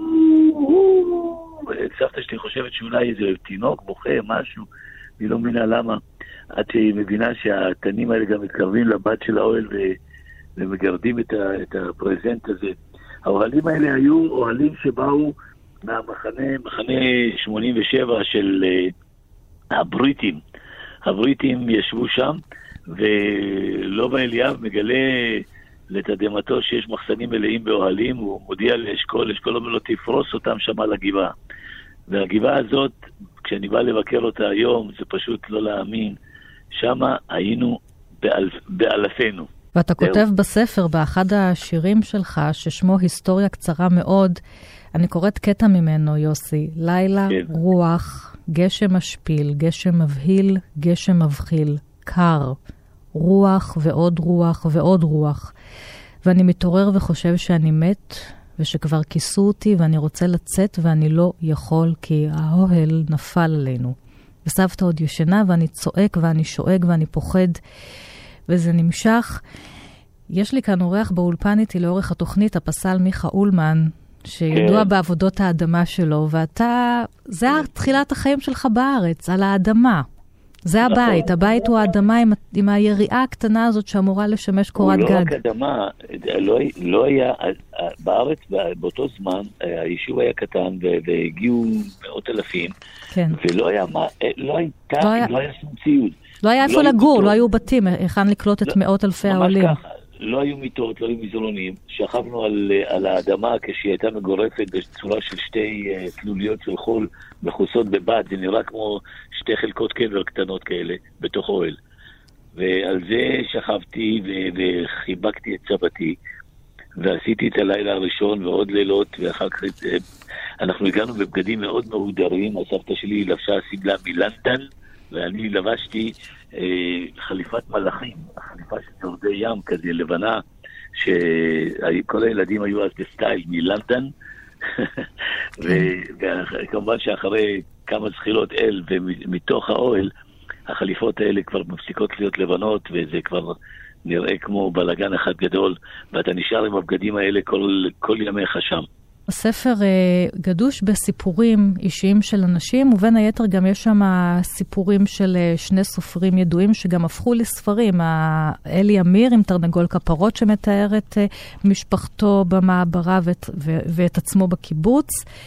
סבתא שלי חושבת שאולי איזה תינוק בוכה משהו, היא לא מבינה למה. עד שהיא מבינה שהתנים האלה גם מתקרבים לבת של האוהל ומגרדים את, ה, את הפרזנט הזה. האוהלים האלה היו אוהלים שבאו מהמחנה, מחנה שמונים ושבע של uh, הבריטים. הבריטים ישבו שם, ולובה אליאב מגלה לתדהמתו שיש מחסנים מלאים באוהלים, הוא מודיע לאשכול, אשכול אומר לו תפרוס אותם שם על הגבעה. והגבעה הזאת, כשאני בא לבקר אותה היום, זה פשוט לא להאמין, שם היינו באלף, באלפינו. ואתה כותב בספר, באחד השירים שלך, ששמו היסטוריה קצרה מאוד, אני קוראת קטע ממנו, יוסי. לילה, כן. רוח, גשם משפיל, גשם מבהיל, גשם מבחיל, קר, רוח ועוד רוח ועוד רוח. ואני מתעורר וחושב שאני מת, ושכבר כיסו אותי, ואני רוצה לצאת, ואני לא יכול, כי האוהל נפל עלינו. וסבתא עוד ישנה, ואני צועק, ואני שואג, ואני פוחד, וזה נמשך. יש לי כאן אורח באולפן איתי לאורך התוכנית, הפסל מיכה אולמן, שידוע בעבודות האדמה שלו, ואתה, זה תחילת החיים שלך בארץ, על האדמה. זה הבית, הבית הוא האדמה עם, עם היריעה הקטנה הזאת שאמורה לשמש קורת גג. הוא לא רק אדמה, לא, לא היה, בארץ באותו זמן, היישוב היה קטן והגיעו מאות אלפים, כן. ולא היה, לא הייתה, לא היה, לא היה שום ציוד. לא היה איפה לגור, לא היו בתים, היכן לקלוט את מאות אלפי העולים. ממש ככה, לא היו מיטות, לא היו מזרונים, שכבנו על, על האדמה כשהיא הייתה מגורפת בצורה של שתי uh, תלוליות של חול מכוסות בבד, זה נראה כמו שתי חלקות קבר קטנות כאלה בתוך אוהל. ועל זה שכבתי ו- וחיבקתי את סבתי, ועשיתי את הלילה הראשון ועוד לילות, ואחר כך אנחנו הגענו בבגדים מאוד מהודרים. הסבתא שלי לבשה סמלה מלנדן, ואני לבשתי אה, חליפת מלאכים, חליפה של יורדי ים כזה, לבנה, שכל הילדים היו אז בסטייל מלנדן, וכמובן שאחרי כמה זחילות אל ומתוך האוהל, החליפות האלה כבר מפסיקות להיות לבנות, וזה כבר נראה כמו בלגן אחד גדול, ואתה נשאר עם הבגדים האלה כל, כל ימיך שם. הספר גדוש בסיפורים אישיים של אנשים, ובין היתר גם יש שם סיפורים של שני סופרים ידועים שגם הפכו לספרים. אלי אמיר עם תרנגול כפרות שמתאר את משפחתו במעברה ואת, ו, ואת עצמו בקיבוץ,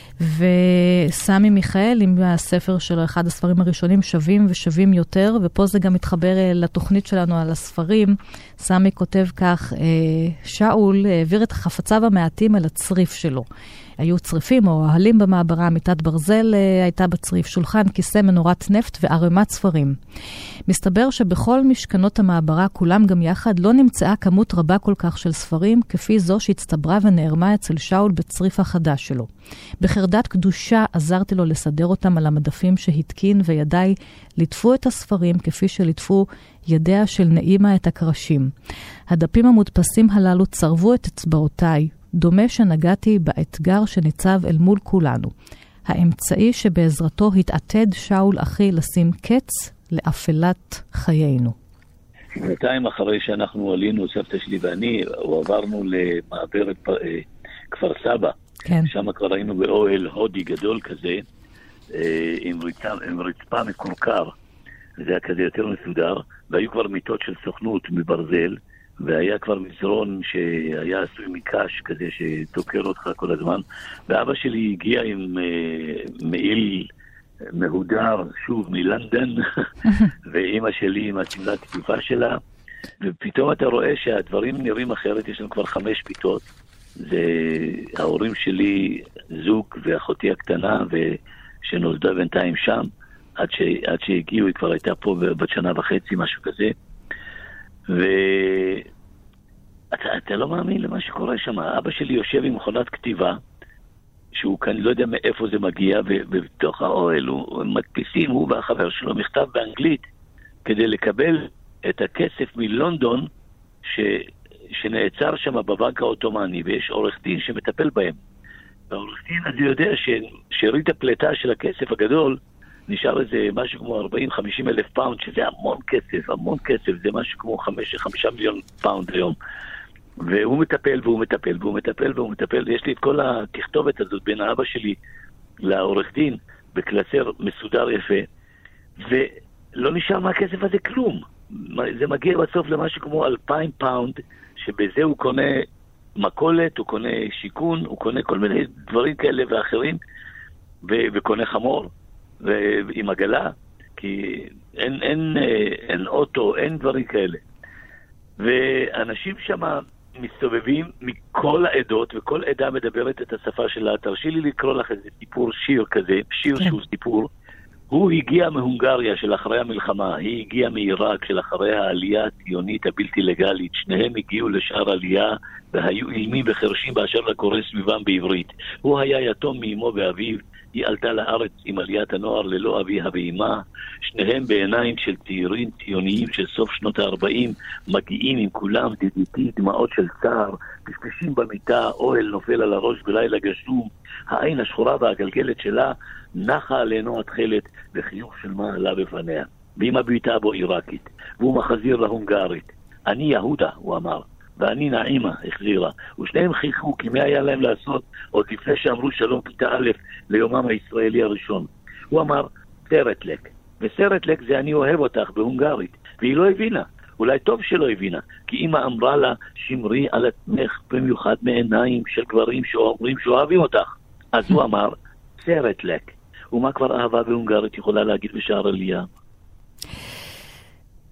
וסמי מיכאל עם הספר שלו, אחד הספרים הראשונים, שווים ושווים יותר, ופה זה גם מתחבר לתוכנית שלנו על הספרים. סמי כותב כך, שאול העביר את חפציו המעטים אל הצריף שלו. היו צריפים או אוהלים במעברה, מיטת ברזל הייתה בצריף, שולחן, כיסא, מנורת נפט וערימת ספרים. מסתבר שבכל משכנות המעברה, כולם גם יחד, לא נמצאה כמות רבה כל כך של ספרים, כפי זו שהצטברה ונערמה אצל שאול בצריף החדש שלו. בחרדת קדושה עזרתי לו לסדר אותם על המדפים שהתקין, וידיי ליטפו את הספרים כפי שליטפו ידיה של נעימה את הקרשים. הדפים המודפסים הללו צרבו את אצבעותיי, דומה שנגעתי באתגר שניצב אל מול כולנו. האמצעי שבעזרתו התעתד שאול אחי לשים קץ לאפלת חיינו. שנתיים אחרי שאנחנו עלינו, סבתא שלי ואני, עברנו למעברת כפר סבא. כן. שם כבר היינו באוהל הודי גדול כזה, עם רצפה, עם רצפה מקורקר. זה היה כזה יותר מסודר, והיו כבר מיטות של סוכנות מברזל, והיה כבר מזרון שהיה עשוי מקש כזה שתוקר אותך כל הזמן, ואבא שלי הגיע עם uh, מעיל מהודר, שוב מלנדן, ואמא שלי עם הסמלת תקופה שלה, ופתאום אתה רואה שהדברים נראים אחרת. יש לנו כבר חמש מיטות, זה ההורים שלי, זוג ואחותי הקטנה, ושנולדה בינתיים שם, עד, ש... עד שהגיעו, היא כבר הייתה פה בת שנה וחצי, משהו כזה, ואתה אתה לא מאמין למה שקורה שם. אבא שלי יושב עם מכונת כתיבה, שהוא כאן לא יודע מאיפה זה מגיע, ובתוך האוהל הוא מדפיסים, הוא והחבר שלו, מכתב באנגלית, כדי לקבל את הכסף מלונדון, ש, שנעצר שם בבנק האוטומני, ויש עורך דין שמטפל בהם. והעורך דין הזה יודע ששארית הפלטה של הכסף הגדול, נשאר איזה משהו כמו ארבעים חמישים אלף פאונד, שזה המון כסף, המון כסף, זה משהו כמו חמישה מיליון פאונד היום. והוא מטפל, והוא מטפל, והוא מטפל, והוא מטפל. יש לי את כל התכתובת הזאת בין האבא שלי לעורך דין, בקלסר מסודר יפה, ולא נשאר מהכסף הזה כלום. זה מגיע בסוף למשהו כמו אלפיים פאונד, שבזה הוא קונה מקולת, הוא קונה שיקון, הוא קונה כל מיני דברים כאלה ואחרים, ו- וקונה חמור. ועם עגלה, כי אין, אין, אין אוטו, אין דברים כאלה. ואנשים שם מסתובבים מכל העדות, וכל עדה מדברת את השפה שלה. תרשי לי לקרוא לך איזה סיפור, שיר כזה, שיר שהוא סיפור. הוא הגיע מהונגריה של אחרי המלחמה, היא הגיעה מעיראק של אחרי העלייה הציונית הבלתי לגלית. שניהם הגיעו לשאר עלייה, והיו אילמים וחרשים באשר לקורא סביבם בעברית. הוא היה יתום מאמו ואביו, היא עלתה לארץ עם עליית הנוער ללא אביה ואימה, שניהם בעיניים של צעירים ציוניים של סוף שנות ה-ארבעים, מגיעים עם כולם דדיתי, דמעות של צער, פשפשים במיטה, אוהל נופל על הראש בלילה גשום, העין השחורה והגלגלת שלה נחה עלינו התחלת, וחיוך של מעלה בפניה, והיא מביטה בו עיראקית, והוא מחזיר להונגרית. אני יהודה, הוא אמר, ואני נעימה, החזירה. ושניהם חייכו, כי מה היה להם לעשות עוד לפני שאמרו שלום כיתה א' ליומם הישראלי הראשון. הוא אמר, סרטלק. וסרטלק זה אני אוהב אותך בהונגרית. והיא לא הבינה. אולי טוב שלא הבינה. כי אמא אמרה לה, שמרי על עצמך במיוחד מעיניים של גברים שאומרים שאוהבים אותך. אז הוא אמר, סרטלק. ומה כבר אהבה בהונגרית יכולה להגיד בשער עלייה?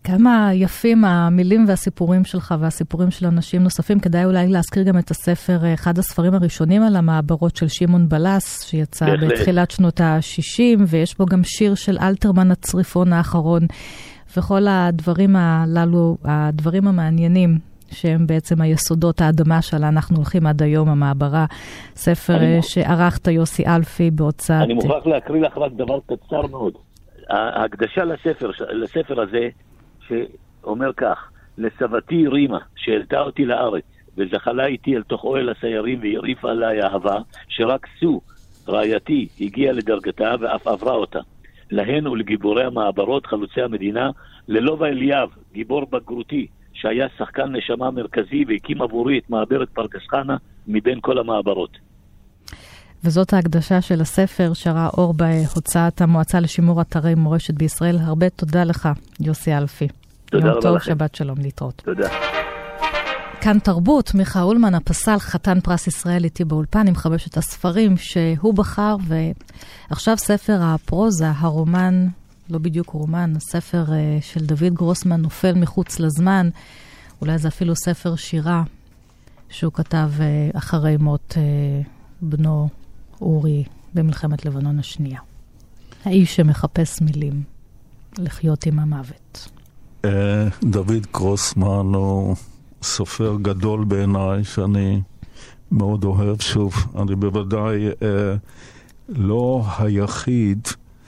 כמה יפים המילים והסיפורים שלך והסיפורים של אנשים נוספים. כדאי אולי להזכיר גם את הספר, אחד הספרים הראשונים על המעברות של שמעון בלס, שיצא בתחילת שנות ה-שישים, ויש בו גם שיר של אלתרמן הצריפון האחרון, וכל הדברים הללו, הדברים המעניינים, שהם בעצם היסודות האדמה שלה, אנחנו הולכים עד היום, המעברה, ספר שערכת יוסי אלפי בהוצאת... אני מוכרח להקריא לך רק דבר קצר מאוד. ההקדשה לספר, לספר הזה, שאומר כך, לסבתי רימה, שהעלתה אותי לארץ, וזחלה איתי אל תוך אוהל הסיירים והרעיפה עליי אהבה, שרק סו, רעייתי, הגיעה לדרגתה ואף עברה אותה. להן ולגיבורי המעברות, חלוצי המדינה, ללובה אליאב, גיבור בגרותי, שהיה שחקן נשמה מרכזי והקים עבורי את מעברת פרדס חנה מבין כל המעברות. וזאת ההקדשה של הספר שראה אור בהוצאת המועצה לשימור אתרי מורשת בישראל. הרבה תודה לך, יוסי אלפי. תודה יום רבה טוב, לכם. שבת שלום, להתראות. תודה. כאן תרבות, מיכה אולמן הפסל, חתן פרס ישראל איתי באולפן עם חמשת הספרים שהוא בחר, ועכשיו ספר הפרוזה, הרומן, לא בדיוק רומן, הספר של דוד גרוסמן, נופל מחוץ לזמן, אולי זה אפילו ספר שירה שהוא כתב אחרי מות בנו אורי במלחמת לבנון השנייה. האיש שמחפש מילים לחיות עם המוות. דוד גרוסמן הוא סופר גדול בעיניי, שאני מאוד אוהב. שוב, אני בוודאי אה, לא היחיד,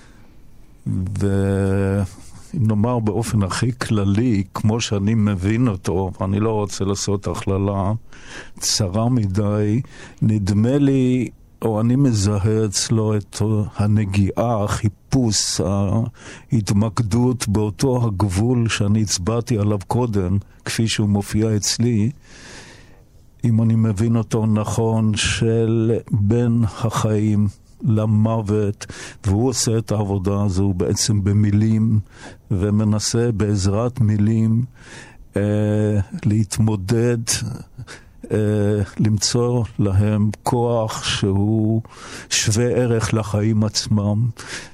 ואם נאמר באופן הכי כללי, כמו שאני מבין אותו, אני לא רוצה לעשות הכללה צרה מדי, נדמה לי, או אני מזהה אצלו את הנגיעה, החיפוש, ההתמקדות באותו הגבול שאני הצבעתי עליו קודם, כפי שהוא מופיע אצלי, אם אני מבין אותו נכון, של בין החיים למוות, והוא עושה את העבודה הזו בעצם במילים, ומנסה בעזרת מילים אה, להתמודד, אה, למצוא להם כוח שהוא שווה ערך לחיים עצמם,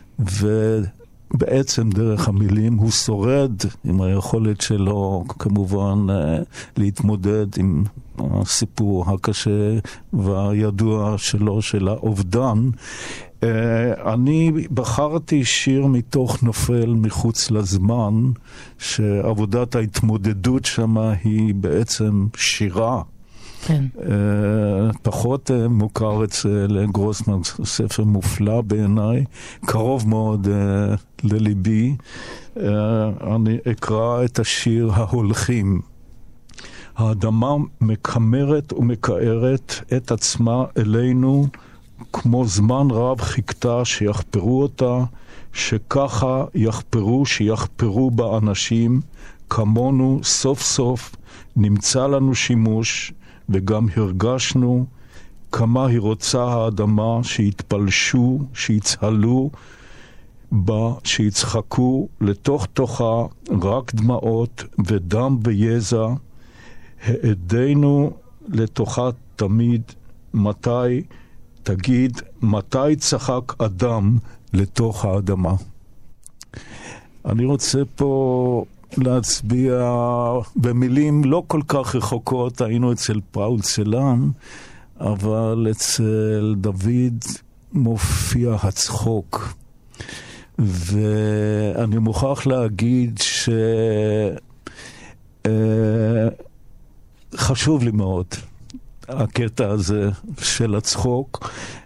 ובעצם דרך המילים הוא שורד עם היכולת שלו כמובן אה, להתמודד עם הסיפור הקשה והידוע שלו של האובדן. Uh, אני בחרתי שיר מתוך נופל מחוץ לזמן, שעבודת ההתמודדות שמה היא בעצם שירה. כן. Uh, פחות uh, מוכר אצל גרוסמן, ספר מופלא בעיניי, קרוב מאוד uh, לליבי. Uh, אני אקרא את השיר ההולכים. האדמה מקמרת ומקערת את עצמה אלינו, כמו זמן רב חיכתה שיחפרו אותה, שככה יחפרו שיחפרו בה אנשים, כמונו סוף סוף נמצא לנו שימוש, וגם הרגשנו כמה היא רוצה האדמה שיתפלשו, שיצהלו בה, שיצחקו לתוך תוכה רק דמעות ודם ויזע, העדינו לתוכה תמיד, מתי, תגיד, מתי צחק אדם לתוך האדמה. אני רוצה פה להצביע במילים לא כל כך רחוקות, היינו אצל פאול צלן, אבל אצל דוד מופיע הצחוק. ואני מוכרח להגיד ש... חשוב לי מאוד הקטע הזה של הצחוק,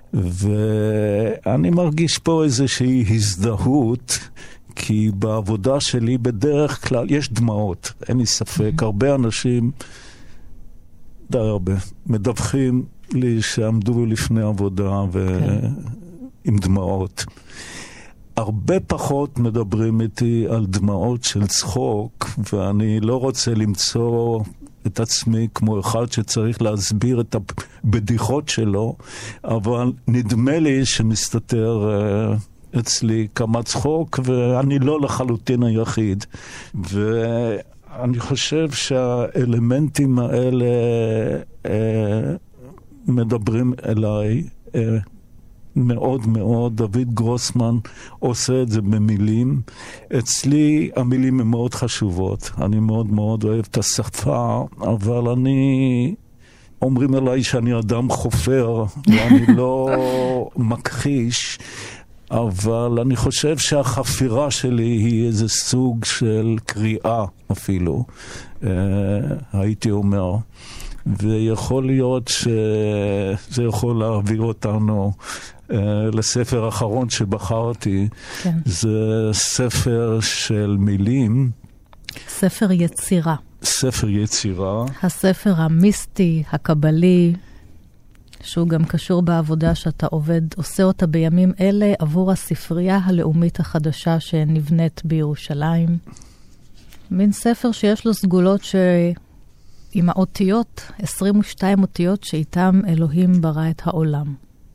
ואני מרגיש פה איזושהי הזדהות, כי בעבודה שלי בדרך כלל יש דמעות, אין לי ספק. הרבה אנשים, די הרבה, מדווחים לי שעמדו לפני עבודה ועם דמעות. הרבה פחות מדברים איתי על דמעות של צחוק, ואני לא רוצה למצוא את עצמי כמו אחד שצריך להסביר את הבדיחות שלו, אבל נדמה לי שמסתתר uh, אצלי כמה צחוק, ואני לא לחלוטין היחיד. ואני חושב שהאלמנטים האלה uh, מדברים אליי uh, מאוד מאוד. דוד גרוסמן עושה את זה במילים. אצלי המילים הן מאוד חשובות. אני מאוד מאוד אוהב את השפה, אבל אני... אומרים עליי שאני אדם חופר, ואני לא מכחיש, אבל אני חושב שהחפירה שלי היא איזה סוג של קריאה אפילו, הייתי אומר. ויכול להיות שזה יכול להעביר אותנו לספר האחרון שבחרתי. כן. זה ספר של מילים. ספר יצירה. ספר יצירה. הספר המיסטי, הקבלי, שהוא גם קשור בעבודה שאתה עובד, עושה אותה בימים אלה עבור הספרייה הלאומית החדשה שנבנית בירושלים. מין ספר שיש לו סגולות שעם האותיות, עשרים ושתיים אותיות שאיתם אלוהים ברא את העולם.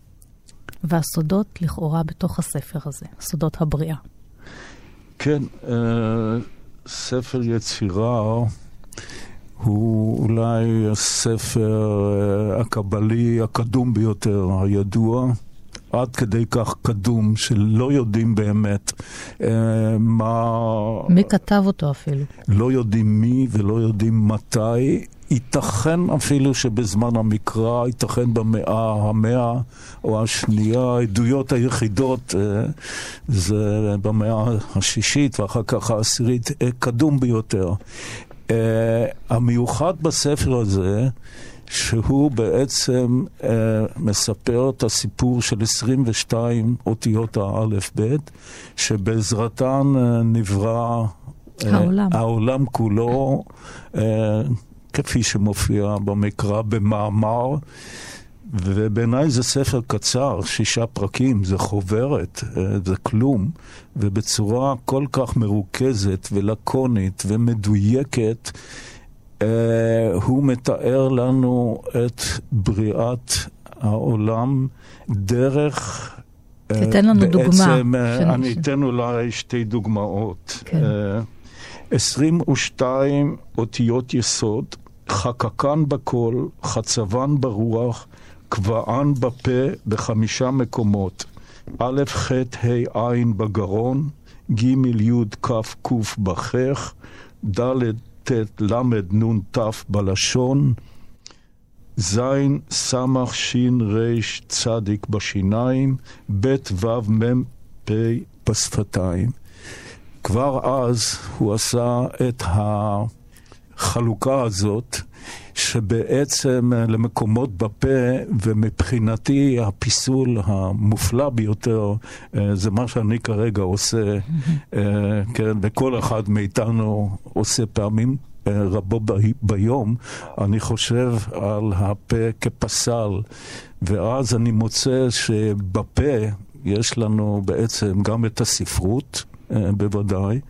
והסודות לכאורה בתוך הספר הזה, סודות הבריאה. כן, ספר יצירה הוא אולי הספר הקבלי הקדום ביותר, הידוע, עד כדי כך קדום שלא יודעים באמת מה... מי כתב אותו אפילו? לא יודעים מי ולא יודעים מתי. ייתכן אפילו שבזמן המקרא, ייתכן במאה המאה או השנייה, העדויות היחידות זה במאה השישית ואחר כך העשירית, קדום ביותר. המיוחד בספר הזה, שהוא בעצם מספר את הסיפור של עשרים ושתיים אותיות האלף בית, שבעזרתן נברא העולם, העולם כולו, כפי שמופיע במקרא במאמר. ובעיניי זה ספר קצר, שישה פרקים, זה חוברת, זה כלום, ובצורה כל כך מרוכזת ולקונית ומדויקת, הוא מתאר לנו את בריאת העולם דרך... תתן לנו בעצם, דוגמה. בעצם, אני אתן אולי שתי דוגמאות. כן. עשרים ושתיים אותיות יסוד, חקקן בקול, חצבן ברוח, קבען בפה בחמישה מקומות. א', ח', ה', עין בגרון, ג', י', כ', ק' בחך, ד', ת', למד, נ', ת' בלשון, ז', סמך, ש', ר', צדיק בשיניים, ב', ו', מ', פ' בשפתיים. כבר אז הוא עשה את החלוקה הזאת, שבעצם למקומות בפה, ומבחינתי הפיסול המופלא ביותר, זה מה שאני כרגע עושה, כן, וכל אחד מאיתנו עושה פעמים רבו ביום. אני חושב על הפה כפסל, ואז אני מוצא שבפה יש לנו בעצם גם את הספרות, בוודאי,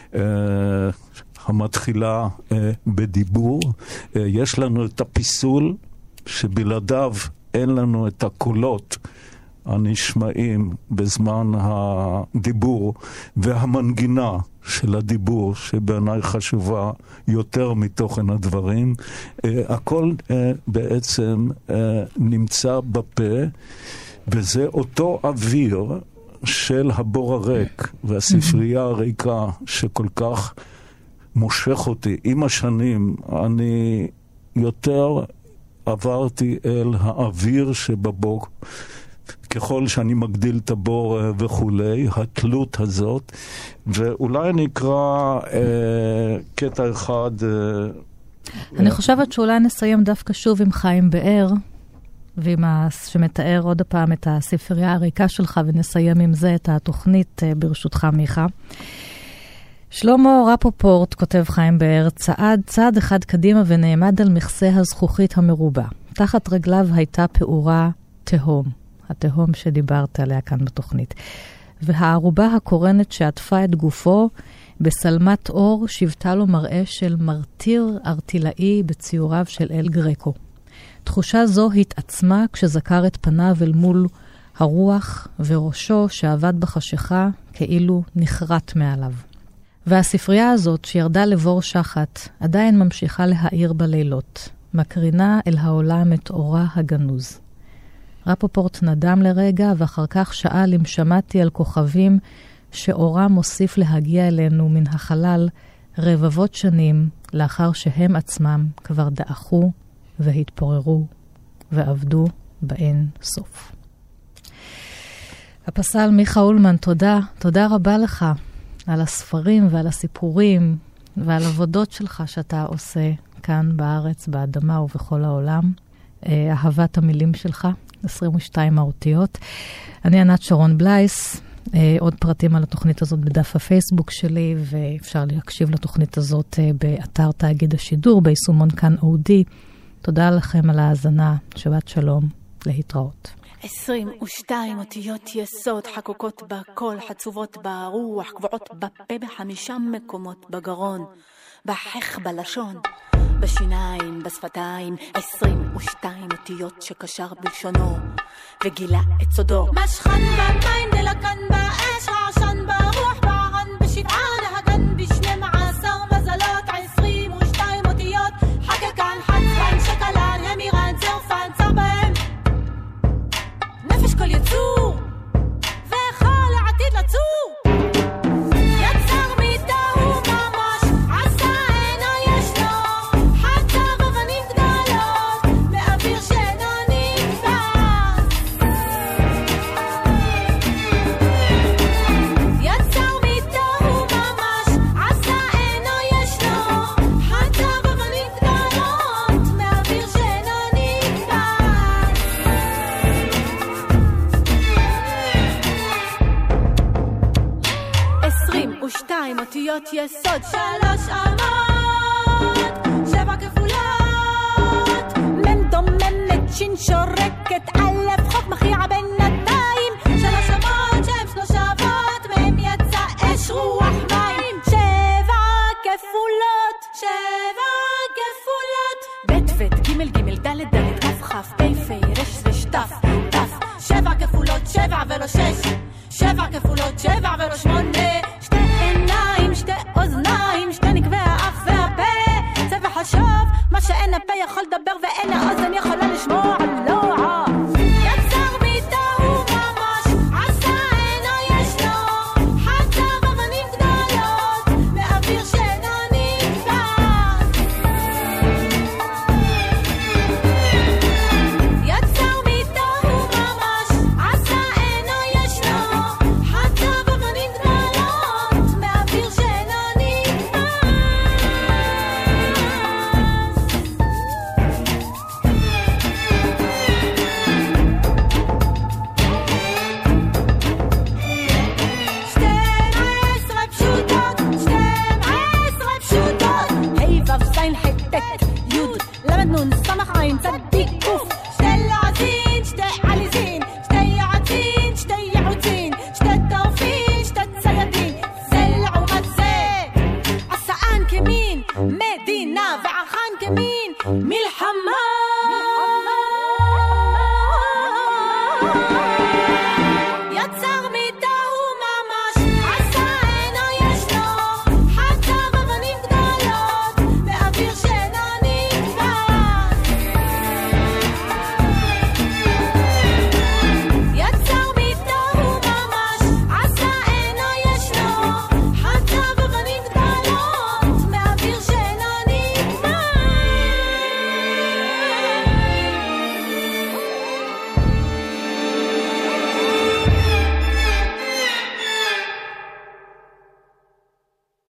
המתחילה בדיבור. יש לנו את הפיסול, שבלעדיו אין לנו את הקולות הנשמעים בזמן הדיבור, והמנגינה של הדיבור, שבעיניי חשובה יותר מתוכן הדברים. הכל בעצם נמצא בפה, וזה אותו אוויר של הבור הריק והספרייה הריקה שכל כך מושך אותי. עם השנים אני יותר עברתי אל האוויר שבבור, ככל שאני מגדיל את הבור וכולי, התלות הזאת. ואולי אני אקרא אה, קטע אחד. אה, אני חושבת שאולי נסיים דווקא שוב עם חיים באר, ועם ה... שמתאר עוד הפעם את הספרייה הריקה שלך, ונסיים עם זה את התוכנית, ברשותך מיכה. שלמה רפופורט, כותב חיים באר, צעד צעד אחד קדימה ונעמד על מכסה הזכוכית המרובע. תחת רגליו הייתה פעורה תהום, התהום שדיברת עליה כאן בתוכנית. והערובה הקורנת שעטפה את גופו בסלמת אור שבתה לו מראה של מרטיר ארטילאי בציוריו של אל גרקו. תחושה זו התעצמה כשזכר את פניו אל מול הרוח וראשו שעבד בחשיכה כאילו נחרט מעליו. והספרייה הזאת שירדה לבור שחת עדיין ממשיכה להאיר בלילות, מקרינה אל העולם את אורה הגנוז. רפופורט נדם לרגע, ואחר כך שאל אם שמעתי על כוכבים שאורם מוסיף להגיע אלינו מן החלל רבבות שנים לאחר שהם עצמם כבר דעכו והתפוררו ועבדו באין סוף. הפסל מיכה אולמן, תודה, תודה רבה לך על הספרים ועל הסיפורים ועל עבודות שלך שאתה עושה כאן בארץ, באדמה ובכל העולם. אהבת המילים שלך, עשרים ושתיים האותיות. אני ענת שרון בלייס, עוד פרטים על התוכנית הזאת בדף הפייסבוק שלי, ואפשר להקשיב לתוכנית הזאת באתר תאגיד השידור, ביישומון כאן אודי. תודה לכם על ההאזנה, שבת שלום, להתראות. עשרים ושתיים אותיות יסוד חקוקות בכל, חצובות ברוח, קבועות בפה, בחמישה מקומות בגרון, בחך בלשון, בשיניים, בשפתיים. עשרים ושתיים אותיות שקשר בלשונו וגילה את סודו. משכן במים דלקן באש, העשן ברוח בערן, בשבעה נהגן בשנים עשר מזלות. עשרים ושתיים אותיות חקקן, חצבן, שקלן, המירן, צרפן, צר בהם נפש כל יצור ואכל לעתיד לצור. יצר מידהו ממש, עשה אינו ישנו, חצב אבנים גדולות מאוויר שאינו נתפס. יצר מידהו ממש, עשה אינו ישנו, חצב אבנים גדולות מאוויר שאינו נתפס. עשרים ושתיים אותיות יסוד, שלוש אמות, שבע כפולות, מן דוממת, שין שורקת, א' חוק מכריע בינתיים. שלוש אמות שהם שלושה אבות, מהם יצא אש רוח מים. שבע כפולות, שבע כפולות, ב' ב' ג' ג' ד' ד' כ' כ' פ' פ' ר' ר' ת' ת'. שבע כפולות, שבע ולא שש, שבע כפולות, שבע ולא שמונה. שתי עיניים, שתי אוזניים, שתי נקבי האף והפה, צבע חשוב, מה שאין הפה יכול לדבר ואין האוזן יכולה לשמוע. לא יצר מידהו ממש, עשה אינו ישנו, חצב אבנים גדולות מאוויר שאינו נתפס. יצר מידהו ממש, עשה אינו ישנו, חצב אבנים גדולות מאוויר שאינו נתפס. שתים עשרה פשוטות, שתים עשרה פשוטות, ה' ו' ז' ח' ט' י' למד נ' סמך עין צד